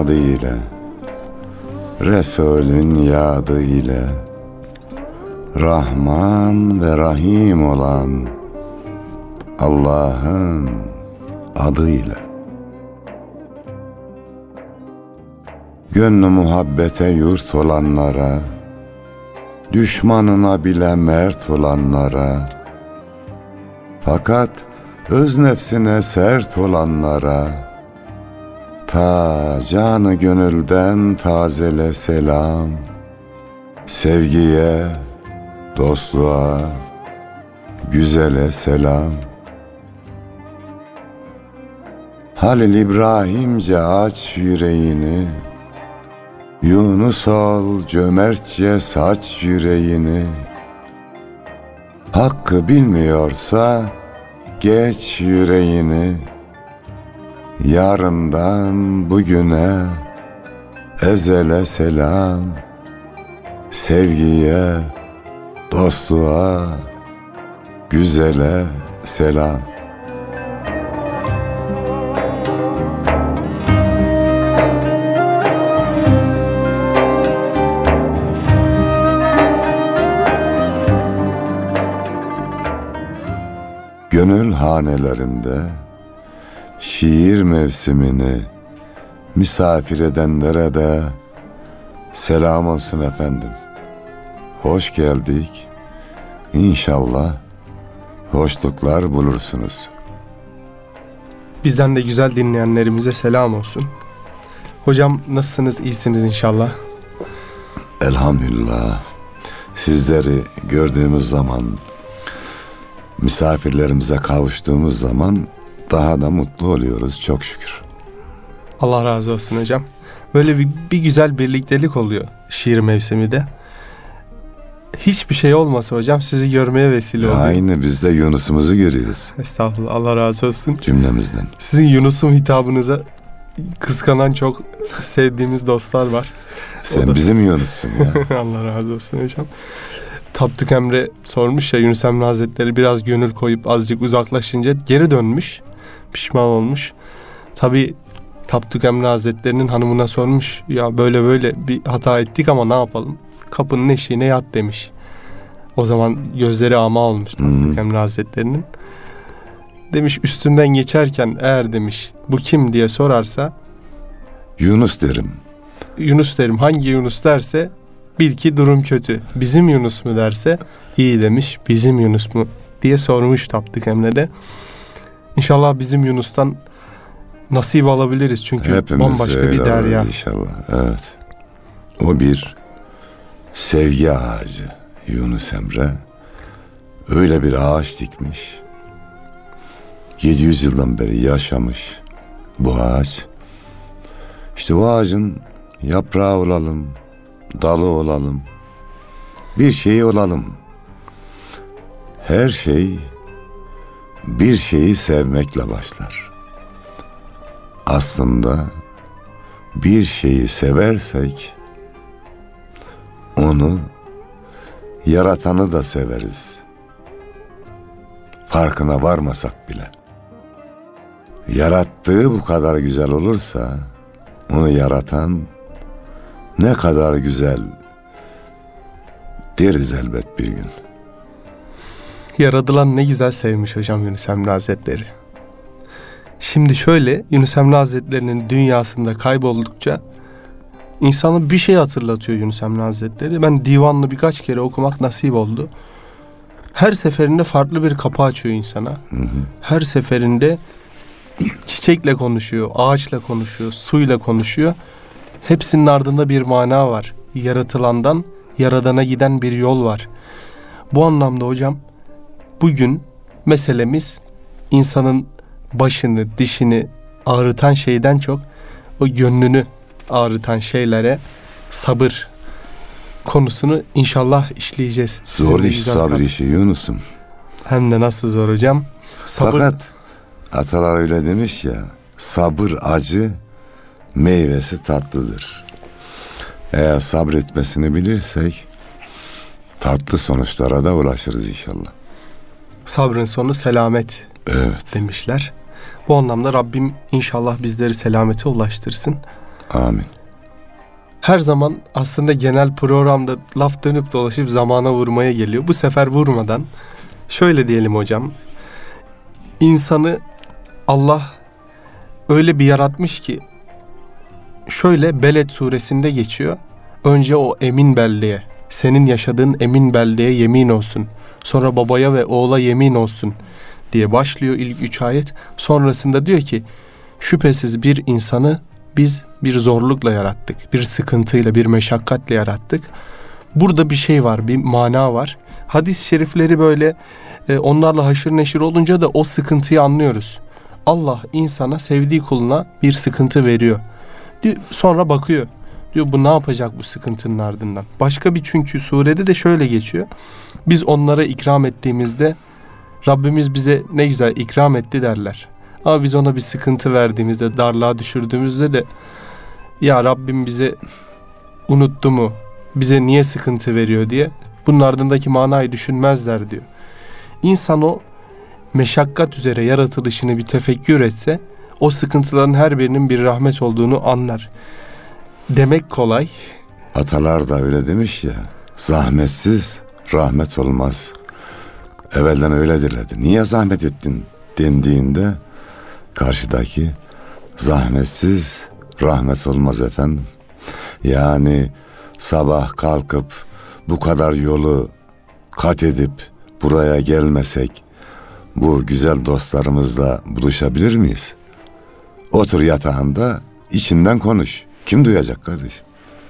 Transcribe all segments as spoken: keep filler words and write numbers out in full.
adı ile, Resulün yadı ile, Rahman ve Rahim olan Allah'ın adıyla. Gönlü muhabbete yurt olanlara, düşmanına bile mert olanlara, fakat öz nefsine sert olanlara, ta canı gönülden tazele selam, sevgiye, dostluğa, güzele selam. Halil İbrahimce aç yüreğini, Yunus ol cömertçe saç yüreğini. Hakkı bilmiyorsa geç yüreğini, yarından bugüne ezele selam, sevgiye, dostluğa, güzele selam. Gönül hanelerinde şiir mevsimini misafir edenlere de selam olsun efendim. Hoş geldik. İnşallah hoşluklar bulursunuz. Bizden de güzel dinleyenlerimize selam olsun. Hocam nasılsınız? İyisiniz inşallah. Elhamdülillah. Sizleri gördüğümüz zaman, misafirlerimize kavuştuğumuz zaman daha da mutlu oluyoruz çok şükür. Allah razı olsun hocam. Böyle bir, bir güzel birliktelik oluyor şiir mevsimi de. Hiçbir şey olmasa hocam sizi görmeye vesile oluyor. Aynı biz de Yunus'umuzu görüyoruz. Estağfurullah, Allah razı olsun. Cümlemizden. Sizin Yunus'un hitabınıza kıskanan çok sevdiğimiz dostlar var. Sen da... bizim Yunus'sun ya. Allah razı olsun hocam. Tapduk Emre sormuş ya, Yunus Emre Hazretleri biraz gönül koyup azıcık uzaklaşınca geri dönmüş. Pişman olmuş. Tabii Tapduk Emre Hazretleri'nin hanımına sormuş. Ya böyle böyle bir hata ettik ama ne yapalım? Kapının eşiğine yat demiş. O zaman gözleri ama olmuş Tapduk Emre Hazretleri'nin. Demiş üstünden geçerken eğer demiş bu kim diye sorarsa Yunus derim. Yunus derim. Hangi Yunus derse bil ki durum kötü. Bizim Yunus mu derse iyi demiş. Bizim Yunus mu diye sormuş Tapduk Emre de. İnşallah bizim Yunus'tan nasip alabiliriz. Çünkü hepimiz bambaşka bir derya. İnşallah. Evet. O bir sevgi ağacı Yunus Emre. Öyle bir ağaç dikmiş. yedi yüz yıldan beri yaşamış bu ağaç. İşte o ağacın yaprağı olalım, dalı olalım, bir şey olalım. Her şey bir şeyi sevmekle başlar. Aslında bir şeyi seversek onu, yaratanı da severiz. Farkına varmasak bile. Yarattığı bu kadar güzel olursa onu yaratan ne kadar güzel deriz elbet bir gün. Yaratılan ne güzel sevmiş hocam Yunus Emre Hazretleri. Şimdi şöyle, Yunus Emre Hazretleri'nin dünyasında kayboldukça insanı bir şey hatırlatıyor Yunus Emre Hazretleri. Ben divanını birkaç kere okumak nasip oldu. Her seferinde farklı bir kapı açıyor insana. Hı hı. Her seferinde çiçekle konuşuyor, ağaçla konuşuyor, suyla konuşuyor. Hepsinin ardında bir mana var. Yaratılandan yaradana giden bir yol var. Bu anlamda hocam bugün meselemiz insanın başını, dişini ağrıtan şeyden çok o gönlünü ağrıtan şeylere sabır konusunu inşallah işleyeceğiz. Zor iş sabır işi Yunus'um. Hem de nasıl zor hocam. Sabır... Fakat atalar öyle demiş ya, sabır acı, meyvesi tatlıdır. Eğer sabretmesini bilirsek tatlı sonuçlara da ulaşırız inşallah. Sabrın sonu selamet, evet, demişler. Bu anlamda Rabbim inşallah bizleri selamete ulaştırsın. Amin. Her zaman aslında genel programda laf dönüp dolaşıp zamana vurmaya geliyor. Bu sefer vurmadan şöyle diyelim hocam. İnsanı Allah öyle bir yaratmış ki, şöyle Beled suresinde geçiyor. Önce o emin beldeye, senin yaşadığın emin beldeye yemin olsun. Sonra babaya ve oğula yemin olsun diye başlıyor ilk üç ayet. Sonrasında diyor ki, şüphesiz bir insanı biz bir zorlukla yarattık. Bir sıkıntıyla, bir meşakkatle yarattık. Burada bir şey var, bir mana var. Hadis-i şerifleri böyle e, onlarla haşır neşir olunca da o sıkıntıyı anlıyoruz. Allah insana, sevdiği kuluna bir sıkıntı veriyor. Diyor, sonra bakıyor. Diyor bu ne yapacak bu sıkıntının ardından? Başka bir çünkü surede de şöyle geçiyor. Biz onlara ikram ettiğimizde Rabbimiz bize ne güzel ikram etti derler. Ama biz ona bir sıkıntı verdiğimizde, darlığa düşürdüğümüzde de ya Rabbim bize unuttu mu? Bize niye sıkıntı veriyor diye bunun ardındaki manayı düşünmezler diyor. İnsan o meşakkat üzere yaratılışını bir tefekkür etse o sıkıntıların her birinin bir rahmet olduğunu anlar. Demek kolay. Atalar da öyle demiş ya, zahmetsiz rahmet olmaz. Evvelden öyle diledi. Niye zahmet ettin dendiğinde karşıdaki zahmetsiz rahmet olmaz efendim. Yani sabah kalkıp bu kadar yolu kat edip buraya gelmesek bu güzel dostlarımızla buluşabilir miyiz? Otur yatağında içinden konuş. Kim duyacak kardeşim?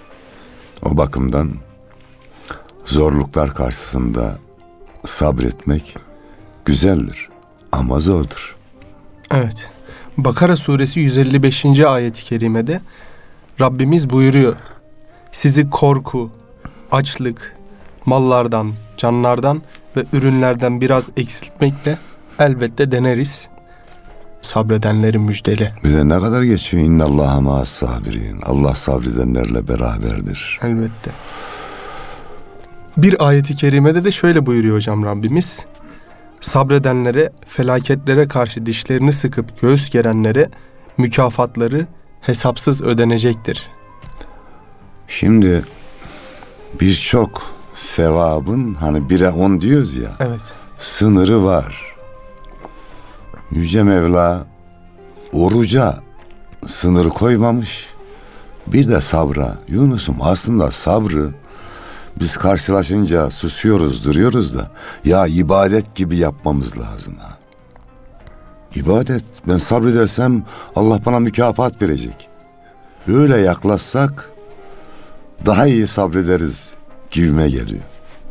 O bakımdan zorluklar karşısında sabretmek güzeldir ama zordur. Evet. Bakara suresi yüz elli beşinci ayet-i kerimede Rabbimiz buyuruyor. Sizi korku, açlık, mallardan, canlardan ve ürünlerden biraz eksiltmekle elbette deneriz. Sabredenleri müjdele. Bize ne kadar geçiyor? İnnallâhe mâs sabirin. Allah sabredenlerle beraberdir. Elbette. Bir ayeti kerimede de şöyle buyuruyor hocam Rabbimiz. Sabredenlere, felaketlere karşı dişlerini sıkıp göğüs gerenlere mükafatları hesapsız ödenecektir. Şimdi birçok sevabın hani bire on diyoruz ya. Evet. Sınırı var. Yüce Mevla oruca sınır koymamış. Bir de sabra. Yunus'um aslında sabrı biz karşılaşınca susuyoruz, duruyoruz da ya ibadet gibi yapmamız lazım ha. İbadet. Ben sabredersem Allah bana mükafat verecek. Böyle yaklaşsak daha iyi sabrederiz gibime geliyor.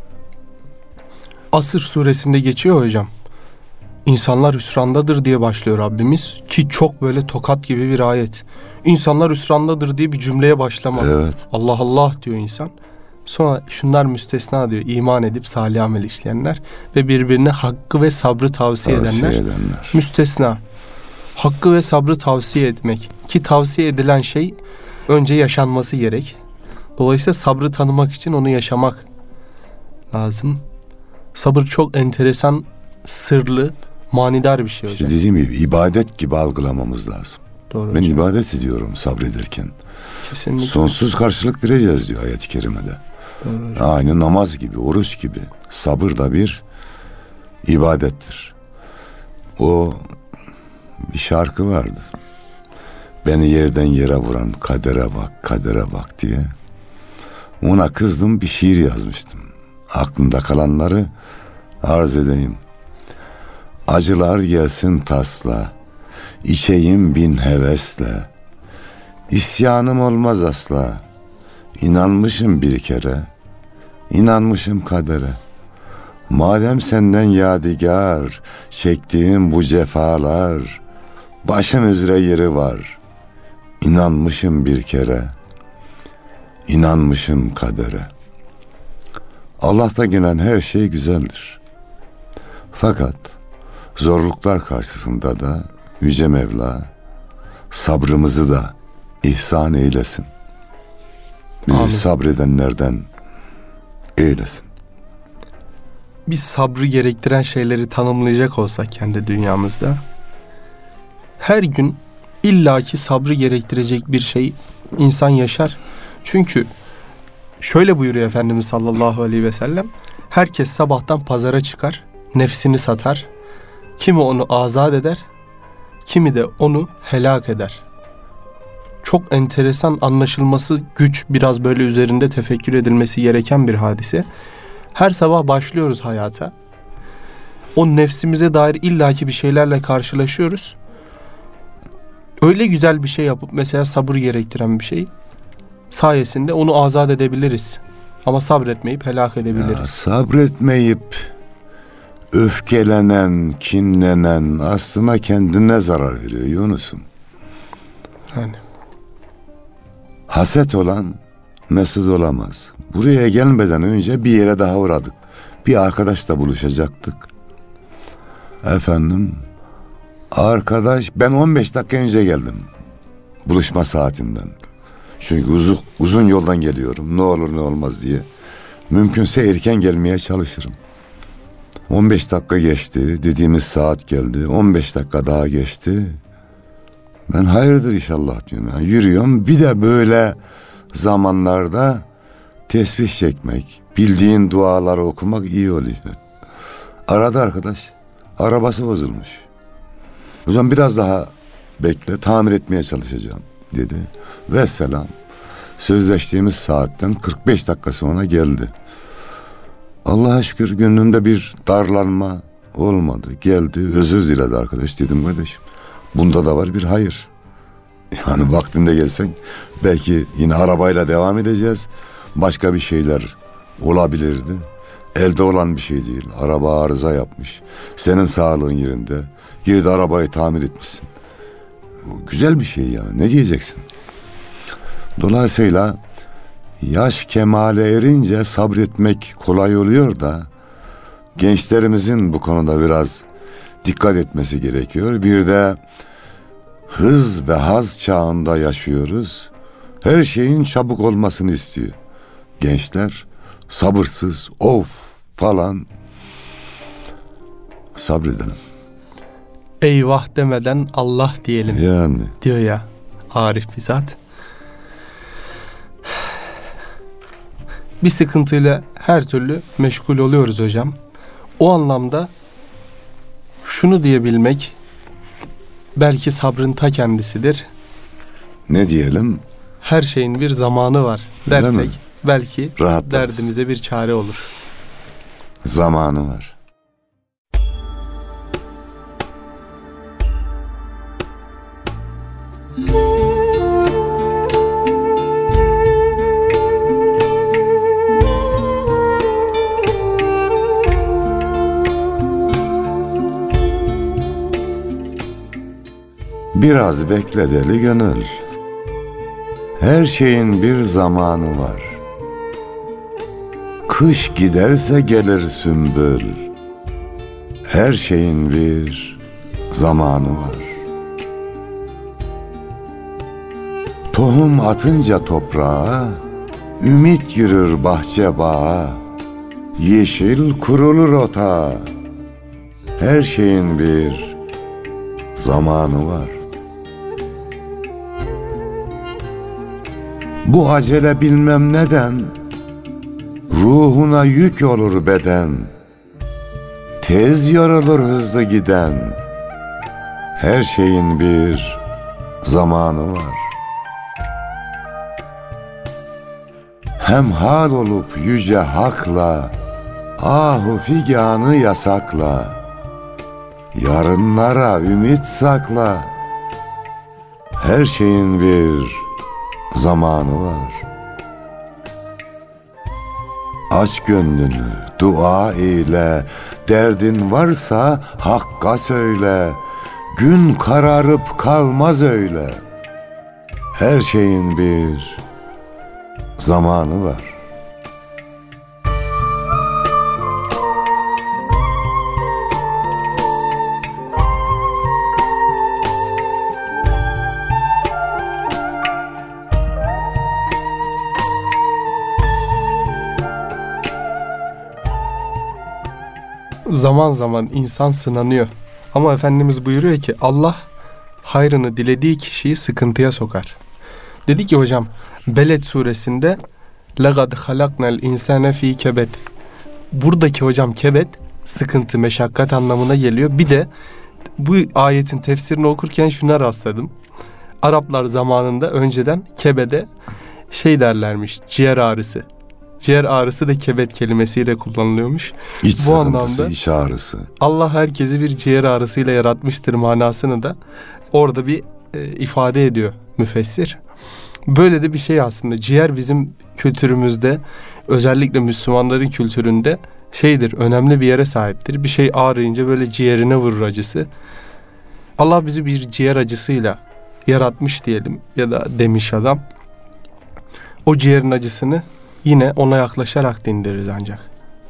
Asır suresinde geçiyor hocam. İnsanlar hüsrandadır diye başlıyor Rabbimiz ki çok böyle tokat gibi bir ayet. İnsanlar hüsrandadır diye bir cümleye başlama. Evet. Allah Allah diyor insan. Sonra şunlar müstesna diyor. İman edip salih amel işleyenler ve birbirine hakkı ve sabrı tavsiye, Tavsiye edenler. edenler. Müstesna. Hakkı ve sabrı tavsiye etmek ki tavsiye edilen şey önce yaşanması gerek. Dolayısıyla sabrı tanımak için onu yaşamak lazım. Sabır çok enteresan, sırlı, manidar bir şey hocam. İşte dediğim gibi ibadet gibi algılamamız lazım. Doğru Ben hocam. ibadet ediyorum sabrederken. Kesinlikle. Sonsuz karşılık vereceğiz diyor ayet-i kerimede. Doğru hocam. Aynı namaz gibi, oruç gibi. Sabır da bir ibadettir. O bir şarkı vardı. Beni yerden yere vuran kadere bak, kadere bak diye. Ona kızdım, bir şiir yazmıştım. Aklımda kalanları arz edeyim. Acılar gelsin tasla, içeyim bin hevesle. İsyanım olmaz asla. İnanmışım bir kere, inanmışım kadere. Madem senden yadigar, çektiğim bu cefalar, başım üzere yeri var. İnanmışım bir kere, inanmışım kadere. Allah'ta gelen her şey güzeldir. Fakat zorluklar karşısında da Yüce Mevla sabrımızı da ihsan eylesin. Bizi Amin. sabredenlerden eylesin. Biz sabrı gerektiren şeyleri tanımlayacak olsak kendi dünyamızda, her gün illaki sabrı gerektirecek bir şey insan yaşar. Çünkü şöyle buyuruyor Efendimiz sallallahu aleyhi ve sellem. Herkes sabahtan pazara çıkar, nefsini satar. Kimi onu azat eder, kimi de onu helak eder. Çok enteresan, anlaşılması güç, biraz böyle üzerinde tefekkür edilmesi gereken bir hadise. Her sabah başlıyoruz hayata. O nefsimize dair illaki bir şeylerle karşılaşıyoruz. Öyle güzel bir şey yapıp, mesela sabır gerektiren bir şey sayesinde onu azat edebiliriz. Ama sabretmeyip helak edebiliriz. Ya, sabretmeyip öfkelenen, kinlenen aslında kendine zarar veriyor Yunus'um. Yani. Haset olan mesut olamaz. Buraya gelmeden önce bir yere daha uğradık. Bir arkadaşla buluşacaktık. Efendim, arkadaş, ben on beş dakika önce geldim buluşma saatinden. Çünkü uzun, uzun yoldan geliyorum, ne olur ne olmaz diye. Mümkünse erken gelmeye çalışırım. on beş dakika geçti, dediğimiz saat geldi. on beş dakika daha geçti. Ben hayırdır inşallah diyorum. Yani yürüyorum, bir de böyle zamanlarda tesbih çekmek, bildiğin duaları okumak iyi oluyor. Aradı arkadaş, arabası bozulmuş. O zaman biraz daha bekle, tamir etmeye çalışacağım dedi. Vesselam. Sözleştiğimiz saatten kırk beş dakika sonra geldi. Allah'a şükür gönlümde bir darlanma olmadı. Geldi, özür diledi arkadaş. Dedim kardeşim, bunda da var bir hayır. Yani vaktinde gelsen belki yine arabayla devam edeceğiz. Başka bir şeyler olabilirdi. Elde olan bir şey değil. Araba arıza yapmış. Senin sağlığın yerinde. Girdi arabayı tamir etmişsin. Güzel bir şey yani. Ne diyeceksin? Dolayısıyla yaş kemale erince sabretmek kolay oluyor da gençlerimizin bu konuda biraz dikkat etmesi gerekiyor. Bir de hız ve haz çağında yaşıyoruz. Her şeyin çabuk olmasını istiyor. Gençler sabırsız, of falan. Sabredelim. Eyvah demeden Allah diyelim. Yani. Diyor ya Arif bir zat. Bir sıkıntıyla her türlü meşgul oluyoruz hocam. O anlamda şunu diyebilmek belki sabrın ta kendisidir. Ne diyelim? Her şeyin bir zamanı var dersek belki rahatlarız. Derdimize bir çare olur. Zamanı var. Biraz bekle deli gönül. Her şeyin bir zamanı var. Kış giderse gelir sümbül. Her şeyin bir zamanı var. Tohum atınca toprağa, ümit yürür bahçe bağa. Yeşil kurulur ota. Her şeyin bir zamanı var. Bu acele bilmem neden, ruhuna yük olur beden. Tez yorulur hızlı giden. Her şeyin bir zamanı var. Hemhal olup yüce hakla, ahu figanı yasakla. Yarınlara ümit sakla. Her şeyin bir zamanı var. Aç gönlünü, dua eyle. Derdin varsa hakka söyle. Gün kararıp kalmaz öyle. Her şeyin bir zamanı var. Zaman zaman insan sınanıyor. Ama Efendimiz buyuruyor ki Allah hayrını dilediği kişiyi sıkıntıya sokar. Dedi ki hocam Beled suresinde لَقَدْ خَلَقْنَا الْاِنْسَانَ ف۪ي kebet. Buradaki hocam kebet sıkıntı, meşakkat anlamına geliyor. Bir de bu ayetin tefsirini okurken şuna rastladım. Araplar zamanında önceden kebede şey derlermiş, ciğer ağrısı. Ciğer ağrısı da kebet kelimesiyle kullanılıyormuş. İç bu sıkıntısı, anlamda iç ağrısı. Allah herkesi bir ciğer ağrısıyla yaratmıştır manasını da orada bir e, ifade ediyor müfessir. Böyle de bir şey aslında. Ciğer bizim kültürümüzde, özellikle Müslümanların kültüründe şeydir, önemli bir yere sahiptir. Bir şey ağrıyınca böyle ciğerine vurur acısı. Allah bizi bir ciğer acısıyla yaratmış diyelim ya da demiş adam. O ciğerin acısını yine ona yaklaşarak dindiririz ancak.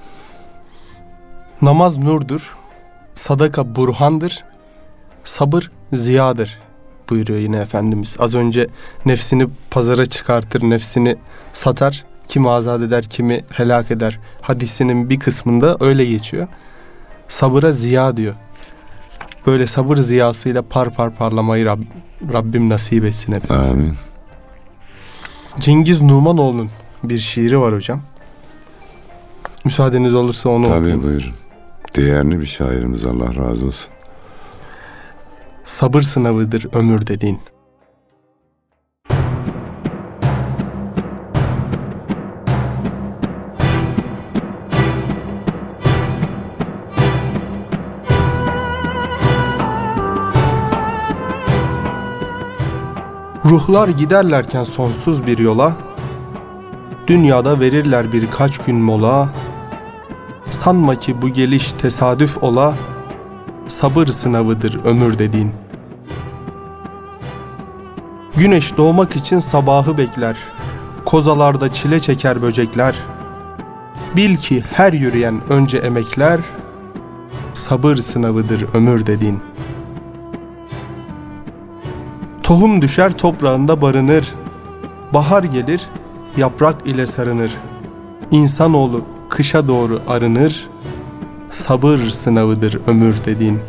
Namaz nurdur, sadaka burhandır, sabır ziyadır buyuruyor yine Efendimiz. Az önce nefsini pazara çıkartır, nefsini satar, kimi azat eder, kimi helak eder hadisinin bir kısmında öyle geçiyor. Sabıra ziya diyor. Böyle sabır ziyasıyla par par parlamayı Rab, Rabbim nasip etsin hepimize. Amin. Cengiz Numanoğlu'nun bir şiiri var hocam. Müsaadeniz olursa onu Tabii okuyayım. buyurun. Değerli bir şairimiz, Allah razı olsun. Sabır sınavıdır ömür dediğin. Ruhlar giderlerken sonsuz bir yola, dünyada verirler birkaç gün mola. Sanma ki bu geliş tesadüf ola, sabır sınavıdır ömür dediğin. Güneş doğmak için sabahı bekler, kozalarda çile çeker böcekler. Bil ki her yürüyen önce emekler, sabır sınavıdır ömür dediğin. Tohum düşer toprağında barınır, bahar gelir yaprak ile sarınır. İnsanoğlu kışa doğru arınır, sabır sınavıdır ömür dediğin.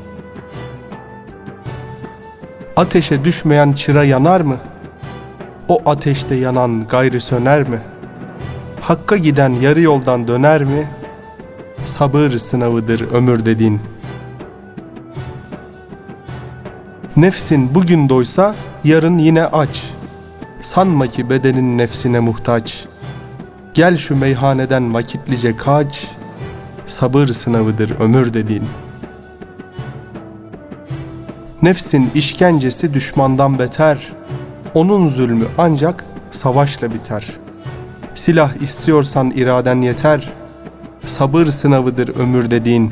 Ateşe düşmeyen çıra yanar mı? O ateşte yanan gayrı söner mi? Hakka giden yarı yoldan döner mi? Sabır sınavıdır ömür dediğin. Nefsin bugün doysa yarın yine aç. Sanma ki bedenin nefsine muhtaç. Gel şu meyhaneden vakitlice kaç. Sabır sınavıdır ömür dediğin. Nefsin işkencesi düşmandan beter. Onun zulmü ancak savaşla biter. Silah istiyorsan iraden yeter. Sabır sınavıdır ömür dediğin.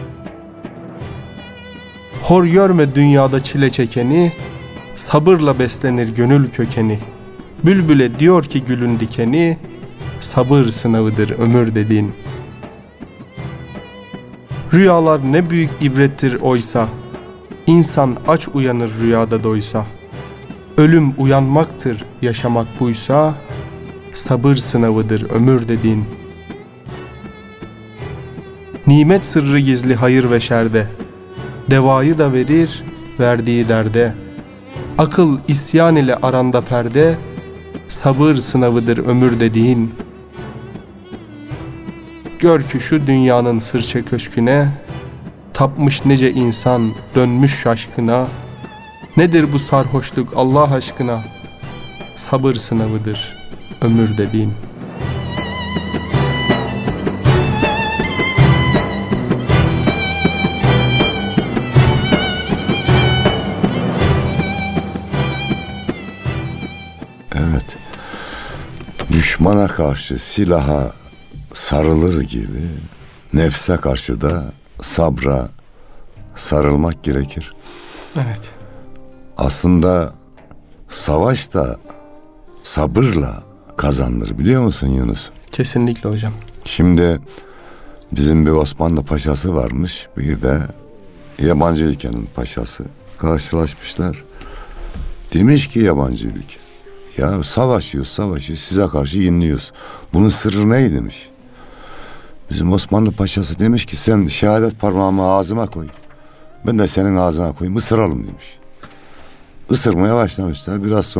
Hor görme dünyada çile çekeni, sabırla beslenir gönül kökeni. Bülbüle diyor ki gülün dikeni, sabır sınavıdır ömür dediğin. Rüyalar ne büyük ibrettir oysa, İnsan aç uyanır rüyada doysa. Ölüm uyanmaktır yaşamak buysa, sabır sınavıdır ömür dediğin. Nimet sırrı gizli hayır ve şerde, devayı da verir verdiği derde. Akıl isyan ile aranda perde, sabır sınavıdır ömür dediğin. Gör ki şu dünyanın sırça köşküne, tapmış nice insan dönmüş şaşkına. Nedir bu sarhoşluk Allah aşkına? Sabır sınavıdır ömür dediğin. Evet. Düşmana karşı silaha sarılır gibi nefse karşı da sabra sarılmak gerekir. Evet. Aslında savaş da sabırla kazanılır, biliyor musun Yunus? Kesinlikle hocam. Şimdi bizim bir Osmanlı paşası varmış, bir de yabancı ülkenin paşası. Karşılaşmışlar. Demiş ki yabancı ülke, ya savaşıyoruz savaşıyoruz, size karşı yeniliyoruz. Bunun sırrı ne demiş. Bizim Osmanlı paşası demiş ki sen şehadet parmağımı ağzıma koy, ben de senin ağzına koyayım, ısıralım demiş. Isırmaya başlamışlar. Biraz sonra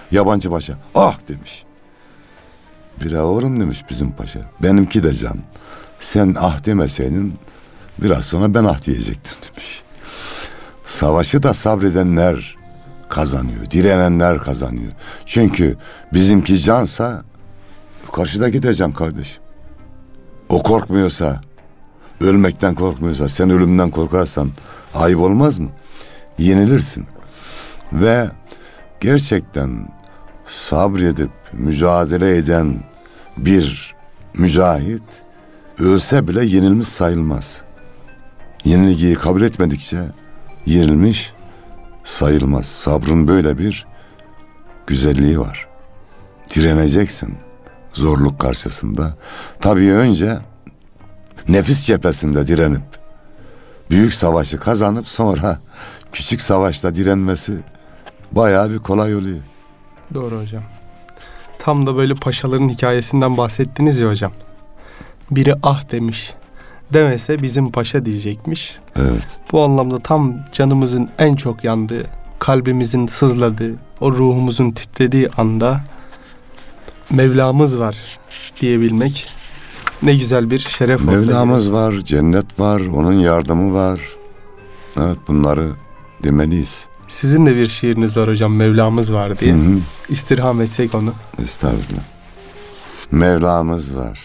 Yabancı paşa ah demiş. Bire oğlum demiş bizim paşa. Benimki de can. Sen ah demeseydin biraz sonra ben ah diyecektim demiş. Savaşı da sabredenler kazanıyor. Direnenler kazanıyor. Çünkü bizimki cansa karşıdaki de can kardeşim. O korkmuyorsa, ölmekten korkmuyorsa, sen ölümden korkarsan ayıp olmaz mı? Yenilirsin. Ve gerçekten sabredip mücadele eden bir mücahit ölse bile yenilmiş sayılmaz. Yenilgiyi kabul etmedikçe yenilmiş sayılmaz. Sabrın böyle bir güzelliği var. Direneceksin zorluk karşısında. Tabii önce nefis cephesinde direnip büyük savaşı kazanıp sonra küçük savaşta direnmesi bayağı bir kolay oluyor. Doğru hocam. Tam da böyle paşaların hikayesinden bahsettiniz ya hocam. Biri ah demiş. Demese bizim paşa diyecekmiş. Evet. Bu anlamda tam canımızın en çok yandığı, kalbimizin sızladığı, o ruhumuzun titrediği anda Mevlamız var diyebilmek ne güzel bir şeref olsa. Mevlamız var, cennet var, onun yardımı var. Evet, bunları demeliyiz. Sizin de bir şiiriniz var hocam, Mevlamız var diye. Hı hı. İstirham etsek onu. Estağfurullah. Mevlamız var.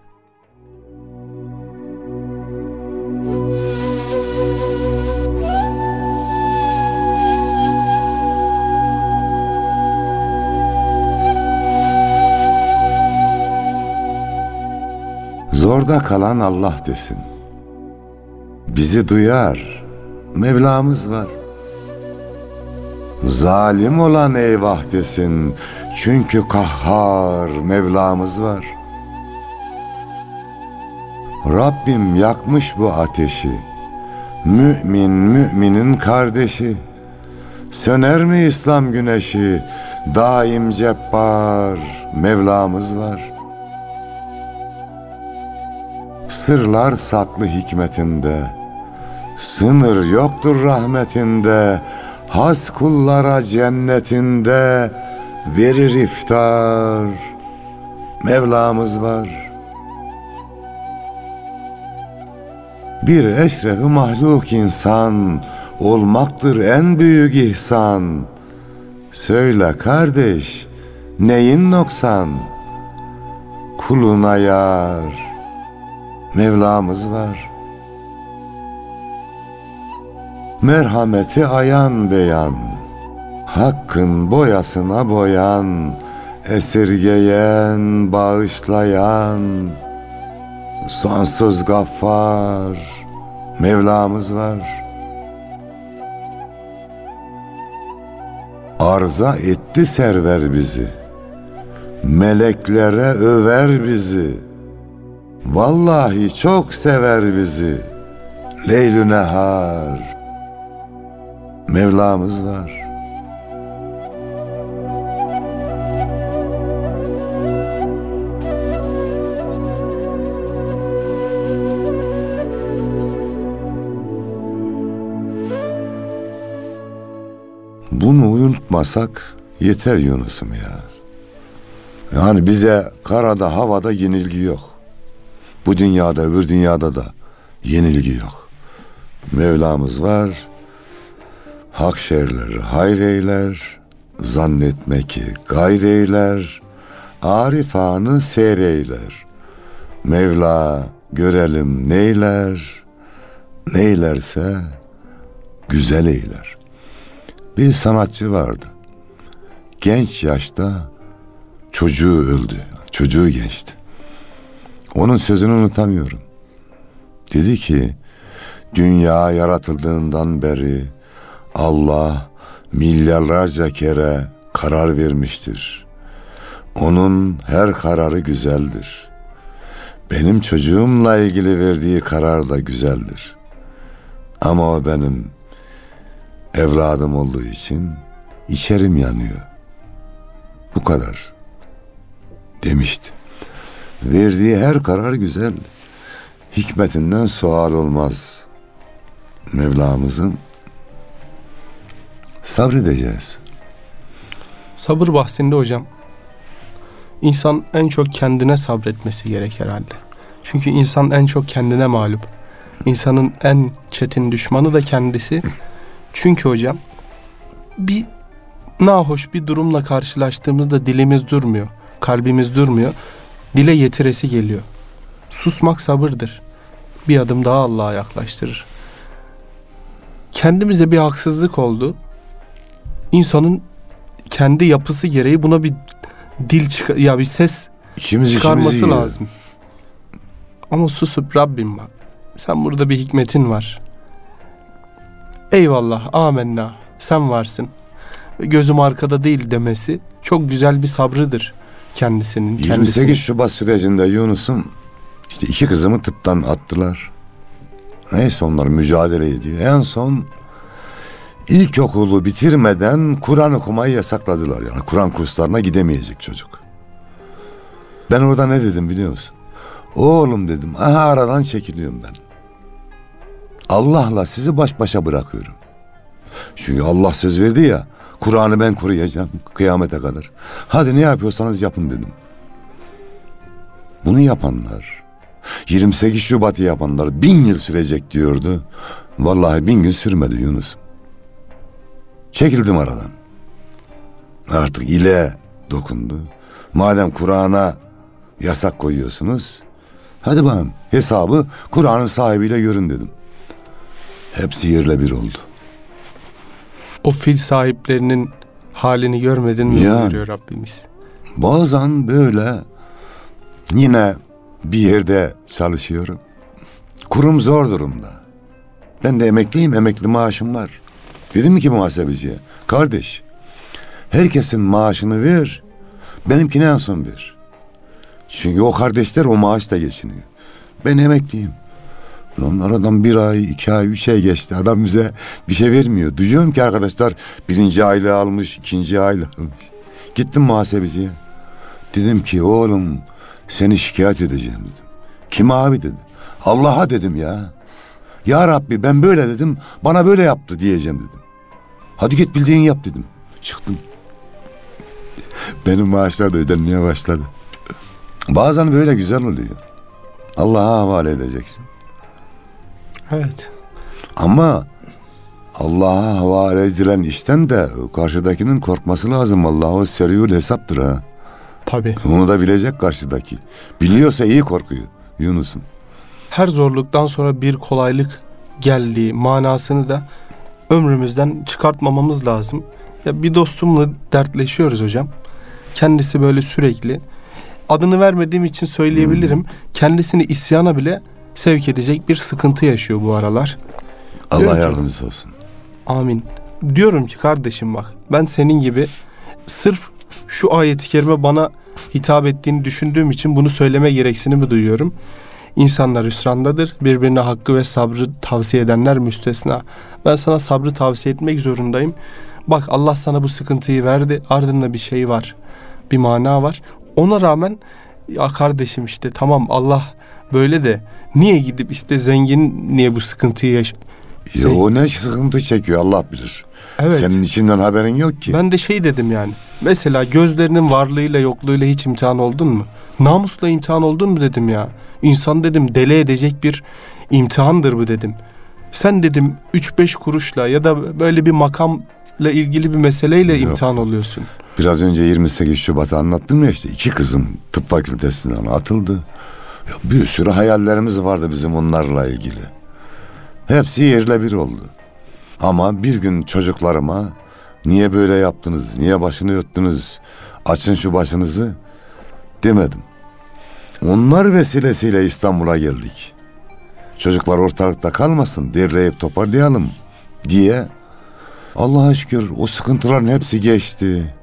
Zorda kalan Allah desin. Bizi duyar, Mevlamız var. Zalim olan eyvah desin, çünkü kahhar Mevlamız var. Rabbim yakmış bu ateşi, mümin müminin kardeşi. Söner mi İslam güneşi, daim cebbar Mevlamız var. Sırlar saklı hikmetinde, sınır yoktur rahmetinde. Has kullara cennetinde verir iftar Mevlamız var. Bir eşrefi mahluk insan olmaktır en büyük ihsan. Söyle kardeş, neyin noksan? Kuluna yar Mevlamız var. Merhameti ayan beyan, hakkın boyasına boyan, esirgeyen, bağışlayan, sonsuz gaffar Mevlamız var. Arza etti server bizi, meleklere över bizi. Vallahi çok sever bizi, Leylü nehar Mevlamız var. Bunu unutmasak yeter Yunus'um ya. Yani bize karada havada yenilgi yok. Bu dünyada öbür dünyada da yenilgi yok. Mevlamız var. Hak şerleri hayreyler, zannetme ki gayreyler, arifanı seyreyler. Mevla görelim neyler, neylerse güzel eyler. Bir sanatçı vardı. Genç yaşta çocuğu öldü. Çocuğu gençti. Onun sözünü unutamıyorum. Dedi ki, dünya yaratıldığından beri Allah milyarlarca kere karar vermiştir. Onun her kararı güzeldir. Benim çocuğumla ilgili verdiği karar da güzeldir. Ama o benim evladım olduğu için içerim yanıyor. Bu kadar demişti. Verdiği her karar güzel. Hikmetinden sual olmaz. Mevlamızın sabredeceğiz. Sabır bahsinde hocam, insan en çok kendine sabretmesi gerek herhalde. Çünkü insan en çok kendine mağlup. İnsanın en çetin düşmanı da kendisi. Çünkü hocam bir nahoş bir durumla karşılaştığımızda dilimiz durmuyor, kalbimiz durmuyor. Dile yetiresi geliyor. Susmak sabırdır. Bir adım daha Allah'a yaklaştırır. Kendimize bir haksızlık oldu. İnsanın kendi yapısı gereği buna bir dil çıkar, ya bir ses İçimiz çıkarması içimizi lazım. Ama susup Rabbim bak, sen burada bir hikmetin var. Eyvallah, amenna, sen varsın. Ve gözüm arkada değil demesi çok güzel bir sabrıdır kendisinin. yirmi kendisinin. sekiz Şubat sürecinde Yunus'um işte iki kızımı tıptan attılar. Neyse onlar mücadele ediyor. En son ilkokulu bitirmeden Kur'an okumayı yasakladılar. Yani Kur'an kurslarına gidemeyecek çocuk. Ben orada ne dedim biliyor musun? Oğlum dedim, aha aradan çekiliyorum ben. Allah'la sizi baş başa bırakıyorum. Çünkü Allah söz verdi ya, Kur'an'ı ben koruyacağım kıyamete kadar. Hadi ne yapıyorsanız yapın dedim. Bunu yapanlar, yirmi sekiz Şubat'ı yapanlar bin yıl sürecek diyordu. Vallahi bin gün sürmedi Yunus. Çekildim aradan. Artık ile dokundu. Madem Kur'an'a yasak koyuyorsunuz, hadi bakalım hesabı Kur'an'ın sahibiyle görün dedim. Hepsi yerle bir oldu. O fil sahiplerinin halini görmedin mi Ya. diyor Rabbimiz. Bazen böyle yine bir yerde çalışıyorum. Kurum zor durumda. Ben de emekliyim, emekli maaşım var. Dedim ki muhasebeciye, kardeş herkesin maaşını ver, benimkini en son ver. Çünkü o kardeşler o maaşla geçiniyor. Ben emekliyim. Lan aradan bir ay, iki ay, üç ay geçti. Adam bize bir şey vermiyor. Duyuyorum ki arkadaşlar birinci aylığı almış, ikinci aylığı almış. Gittim muhasebeciye. Dedim ki oğlum seni şikayet edeceğim dedim. Kim abi dedi. Allah'a dedim ya. Ya Rabbi ben böyle dedim, bana böyle yaptı diyeceğim dedim. Hadi git bildiğini yap dedim. Çıktım. Benim maaşlar da ödenmeye başladı. Bazen böyle güzel oluyor. Allah'a havale edeceksin. Evet. Ama Allah'a havale edilen işten de karşıdakinin korkması lazım. Allah o seriül hesaptır ha. Tabii. Onu da bilecek karşıdaki. Biliyorsa iyi korkuyor Yunus'um. Her zorluktan sonra bir kolaylık geldiği manasını da ömrümüzden çıkartmamamız lazım. Ya bir dostumla dertleşiyoruz hocam. Kendisi böyle sürekli, adını vermediğim için söyleyebilirim, hmm. kendisini isyana bile sevk edecek bir sıkıntı yaşıyor bu aralar. Allah Diyorum yardımcısı ki, olsun. Amin. Diyorum ki kardeşim bak, ben senin gibi sırf şu ayet-i kerime bana hitap ettiğini düşündüğüm için bunu söyleme gereksinimi duyuyorum. İnsanlar hüsrandadır. Birbirine hakkı ve sabrı tavsiye edenler müstesna. Ben sana sabrı tavsiye etmek zorundayım. Bak Allah sana bu sıkıntıyı verdi. Ardında bir şey var. Bir mana var. Ona rağmen ya kardeşim işte tamam Allah böyle de niye gidip işte zengin niye bu sıkıntıyı yaşıyor? Ya o ne sıkıntı çekiyor Allah bilir. Evet. Senin içinden haberin yok ki. Ben de şey dedim yani. Mesela gözlerinin varlığıyla yokluğuyla hiç imtihan oldun mu? Namusla imtihan oldun mu dedim ya. İnsan dedim deli edecek bir imtihandır bu dedim. Sen dedim üç beş kuruşla ya da böyle bir makamla ilgili bir meseleyle Yok. imtihan oluyorsun. Biraz önce yirmi sekiz Şubat'ı anlattım ya işte. İki kızım tıp fakültesinden atıldı. Ya bir sürü hayallerimiz vardı bizim onlarla ilgili. Hepsi yerle bir oldu. Ama bir gün çocuklarıma niye böyle yaptınız, niye başını örttünüz, açın şu başınızı demedim. Onlar vesilesiyle İstanbul'a geldik. Çocuklar ortalıkta kalmasın, derleyip toparlayalım diye. Allah'a şükür o sıkıntıların hepsi geçti.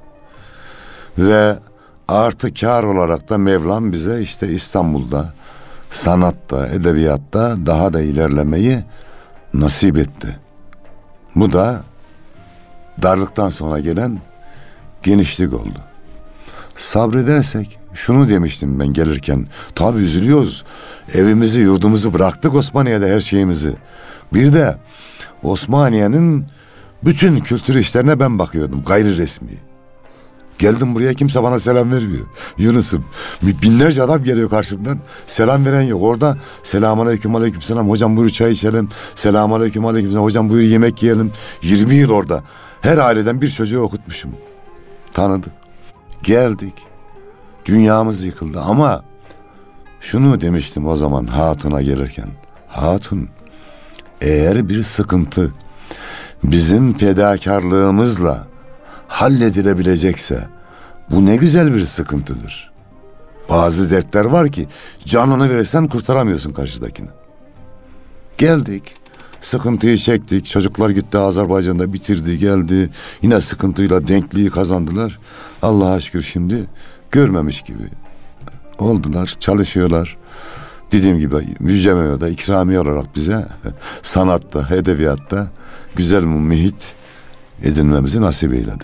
Ve artı kâr olarak da Mevlam bize işte İstanbul'da sanatta, edebiyatta daha da ilerlemeyi nasip etti. Bu da darlıktan sonra gelen genişlik oldu. Sabredersek, şunu demiştim ben gelirken, tabii üzülüyoruz. Evimizi, yurdumuzu bıraktık Osmaniye'de her şeyimizi. Bir de Osmaniye'nin bütün kültür işlerine ben bakıyordum, gayri resmi. Geldim buraya, kimse bana selam vermiyor. Yunus'um, binlerce adam geliyor karşımdan. Selam veren yok. Orada selamünaleyküm, aleykümselam. Hocam buyur çay içelim. Selamünaleyküm, aleykümselam. Hocam buyur yemek yiyelim. yirmi yıl orada. Her aileden bir çocuğu okutmuşum. Tanıdık. Geldik. Dünyamız yıkıldı ama şunu demiştim o zaman hatuna gelirken. Hatun, eğer bir sıkıntı bizim fedakarlığımızla halledilebilecekse bu ne güzel bir sıkıntıdır. Bazı dertler var ki canını verirsen kurtaramıyorsun karşıdakini. Geldik, sıkıntıyı çektik, çocuklar gitti Azerbaycan'da bitirdi geldi, yine sıkıntıyla denkliği kazandılar. Allah'a şükür şimdi görmemiş gibi oldular, çalışıyorlar. Dediğim gibi müjdemeyoda ikramiye olarak bize sanatta, edebiyatta güzel bir mühit edinmemizi nasip eyledi.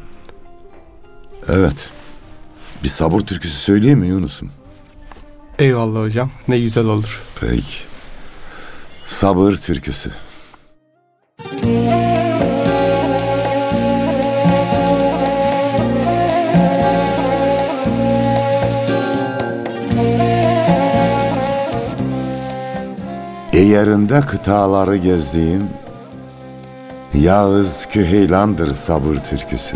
Evet. Bir sabır türküsü söyleyeyim mi Yunus'um? Eyvallah hocam. Ne güzel olur. Peki. Sabır türküsü. Eğerinde kıtaları gezdiğim Yağız Küheylan'dır sabır türküsü.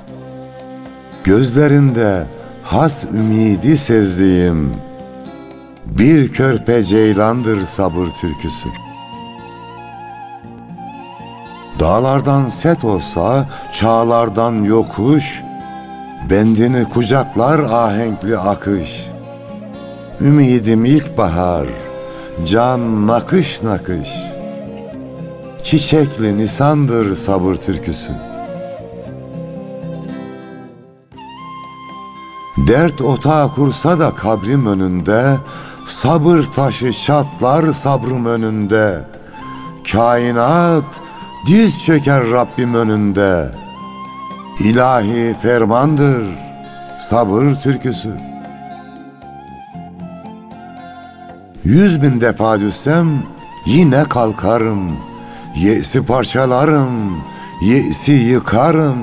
Gözlerinde has ümidi sezdiğim bir körpe ceylandır sabır türküsü. Dağlardan set olsa, çağlardan yokuş, bendini kucaklar ahenkli akış. Ümidim ilkbahar, can nakış nakış, çiçekli nisandır sabır türküsü. Dert otağı kursa da kabrim önünde, sabır taşı çatlar sabrım önünde. Kainat diz çöker Rabbim önünde. İlahi fermandır sabır türküsü. Yüz bin defa düşsem yine kalkarım. Ye'si parçalarım, ye'si yıkarım.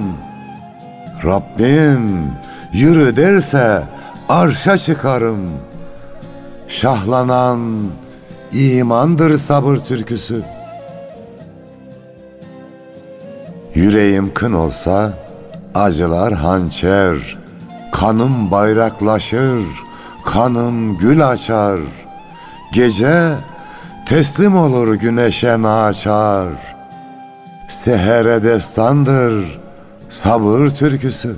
Rabbim yürü derse arşa çıkarım. Şahlanan imandır sabır türküsü. Yüreğim kın olsa acılar hançer, kanım bayraklaşır, kanım gül açar. Gece teslim olur güneşe naçar. Sehere destandır sabır türküsü.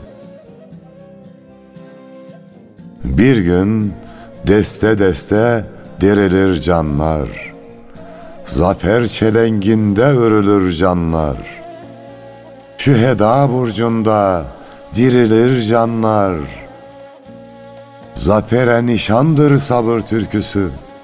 Bir gün deste deste derilir canlar. Zafer çelenginde örülür canlar. Şüheda burcunda dirilir canlar. Zafere nişandır sabır türküsü.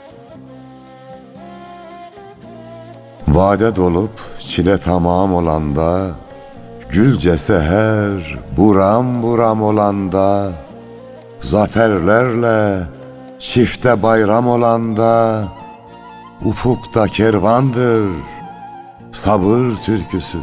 Vade dolup çile tamam olanda, gülce seher buram buram olanda, zaferlerle çifte bayram olanda, ufukta kervandır sabır türküsü.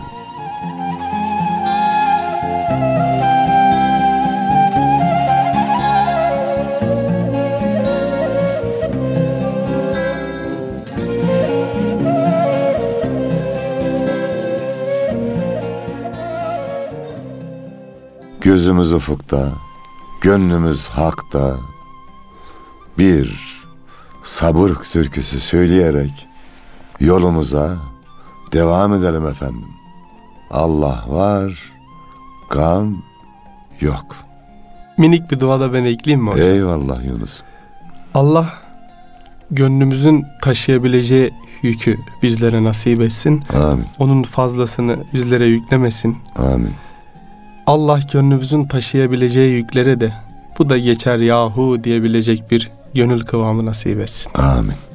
Gözümüz ufukta, gönlümüz hakta. Bir sabır türküsü söyleyerek yolumuza devam edelim efendim. Allah var, gam yok. Minik bir dua da ben ekleyeyim mi hocam? Eyvallah Yunus. Allah gönlümüzün taşıyabileceği yükü bizlere nasip etsin. Amin. Onun fazlasını bizlere yüklemesin. Amin. Allah gönlümüzün taşıyabileceği yüklere de bu da geçer yahu diyebilecek bir gönül kıvamı nasip etsin. Amin.